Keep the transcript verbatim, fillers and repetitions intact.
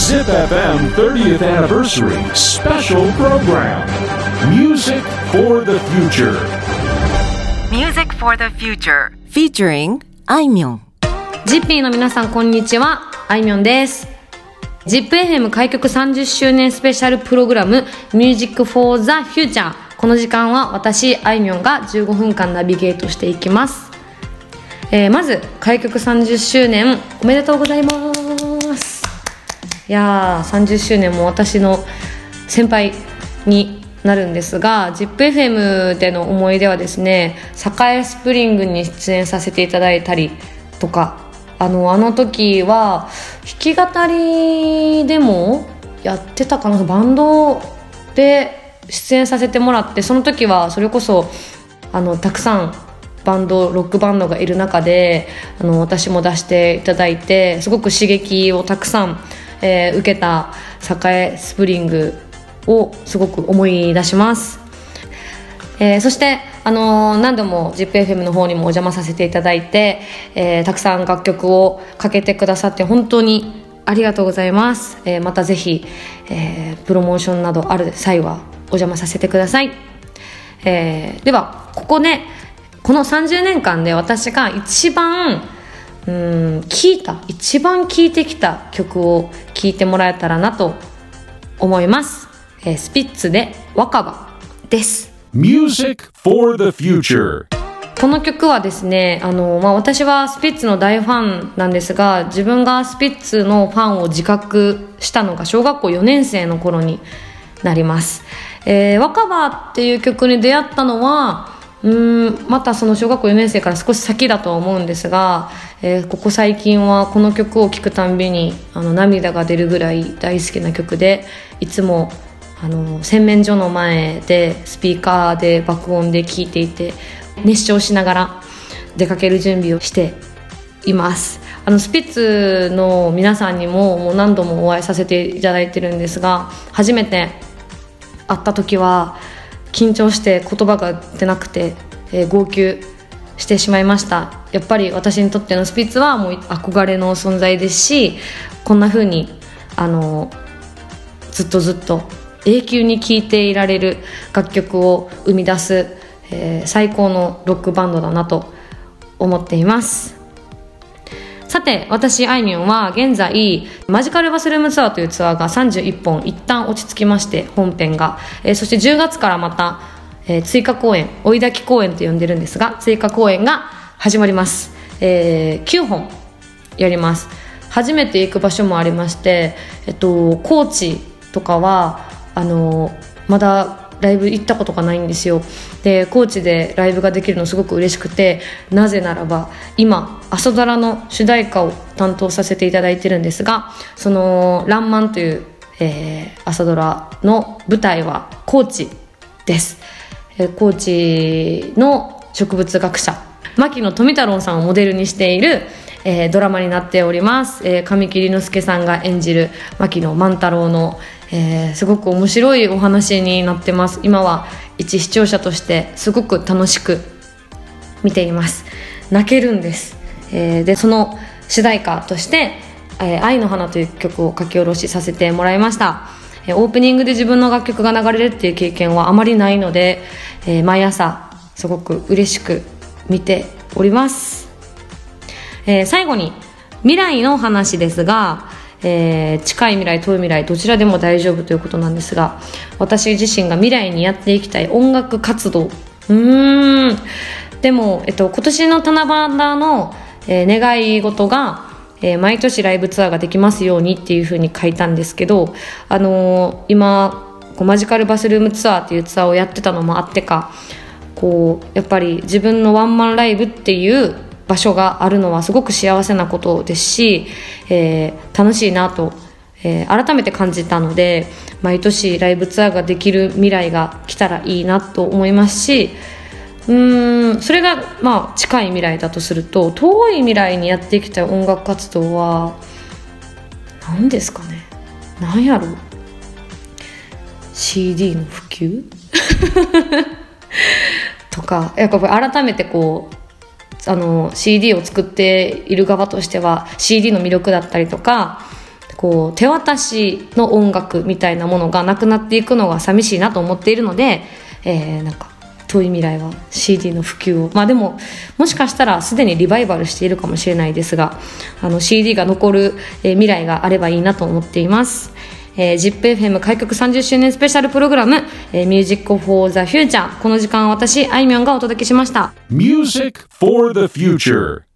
Zip エフエム thirtieth Anniversary Special Program Music for the Future Music for the Future featuring あいみょん。 ジッピーの皆さんこんにちは、あいみょんです。 ジップエフエム 開局さんじゅっしゅうねんスペシャルプログラム Music for the Future。 この時間は私あいみょんがじゅうごふんかんナビゲートしていきます。えー、まず開局さんじゅっしゅうねんおめでとうございます。いやーさんじゅっしゅうねんも私の先輩になるんですが、 ジップエフエム での思い出はですね、栄スプリングに出演させていただいたりとか、あのあの時は弾き語りでもやってたかな、バンドで出演させてもらって、その時はそれこそあのたくさんバンドロックバンドがいる中であの私も出していただいて、すごく刺激をたくさん、えー、受けた栄スプリングをすごく思い出します。えー、そして、あのー、何度も ジップエフエム の方にもお邪魔させていただいて、えー、たくさん楽曲をかけてくださって本当にありがとうございます。えー、またぜひ、えー、プロモーションなどある際はお邪魔させてください。えー、ではここね、このさんじゅうねんかんで私が一番うーん聴いた一番聴いてきた曲を聴いてもらえたらなと思います。えー、スピッツで若葉です。 Music for the Future。 この曲はですね、あの、まあ、私はスピッツの大ファンなんですが、自分がスピッツのファンを自覚したのが小学校よねん生の頃になります。えー、若葉っていう曲に出会ったのはうーんまたその小学校よねん生から少し先だとは思うんですが、えー、ここ最近はこの曲を聴くたんびにあの涙が出るぐらい大好きな曲で、いつもあの洗面所の前でスピーカーで爆音で聴いていて、熱唱しながら出かける準備をしています。あのスピッツの皆さんにももう何度もお会いさせていただいてるんですが、初めて会った時は緊張して言葉が出なくて、えー、号泣してしまいました。やっぱり私にとってのスピッツはもう憧れの存在ですし、こんな風にあのずっとずっと永久に聴いていられる楽曲を生み出す、えー、最高のロックバンドだなと思っています。さて私あいみょんは現在マジカルバスルームツアーというツアーがさんじゅういっぽん一旦落ち着きまして、本編が、えー、そしてじゅうがつからまた、えー、追加公演、追い焚き公演と呼んでるんですが、追加公演が始まります。えー、きゅうほんやります。初めて行く場所もありまして、えっと、高知とかはあのまだライブ行ったことがないんですよ。で高知でライブができるのすごく嬉しくて、なぜならば今朝ドラの主題歌を担当させていただいてるんですが、そのらんまんという、えー、朝ドラの舞台は高知です。えー、高知の植物学者牧野富太郎さんをモデルにしている、えー、ドラマになっております。えー、神木隆之介さんが演じる牧野万太郎のえー、すごく面白いお話になってます。今は一視聴者としてすごく楽しく見ています。泣けるんです。えー、でその主題歌として、えー、愛の花という曲を書き下ろしさせてもらいました。えー、オープニングで自分の楽曲が流れるっていう経験はあまりないので、えー、毎朝すごく嬉しく見ております。えー、最後に未来の話ですが、えー、近い未来遠い未来どちらでも大丈夫ということなんですが、私自身が未来にやっていきたい音楽活動、うーんでも、えっと、今年の七夕の、えー、願い事が、えー、毎年ライブツアーができますようにっていう風に書いたんですけど、あのー、今こうマジカルバスルームツアーっていうツアーをやってたのもあってか、こうやっぱり自分のワンマンライブっていう場所があるのはすごく幸せなことですし、えー、楽しいなと、えー、改めて感じたので、毎年ライブツアーができる未来が来たらいいなと思いますし、うーんそれがまあ近い未来だとすると、遠い未来にやっていきたい音楽活動は何ですかね。何やろう、 シーディー の普及とか、やっぱ改めてこうあの シーディー を作っている側としては シーディー の魅力だったりとかこう手渡しの音楽みたいなものがなくなっていくのが寂しいなと思っているので、えー、なんか遠い未来は シーディー の普及を、まあでももしかしたらすでにリバイバルしているかもしれないですが、あの シーディー が残る、えー、未来があればいいなと思っています。えー、ジップエフエム 開局さんじゅっしゅうねんスペシャルプログラム、えー、Music for the Future。この時間は私あいみょんがお届けしました。 Music for the Future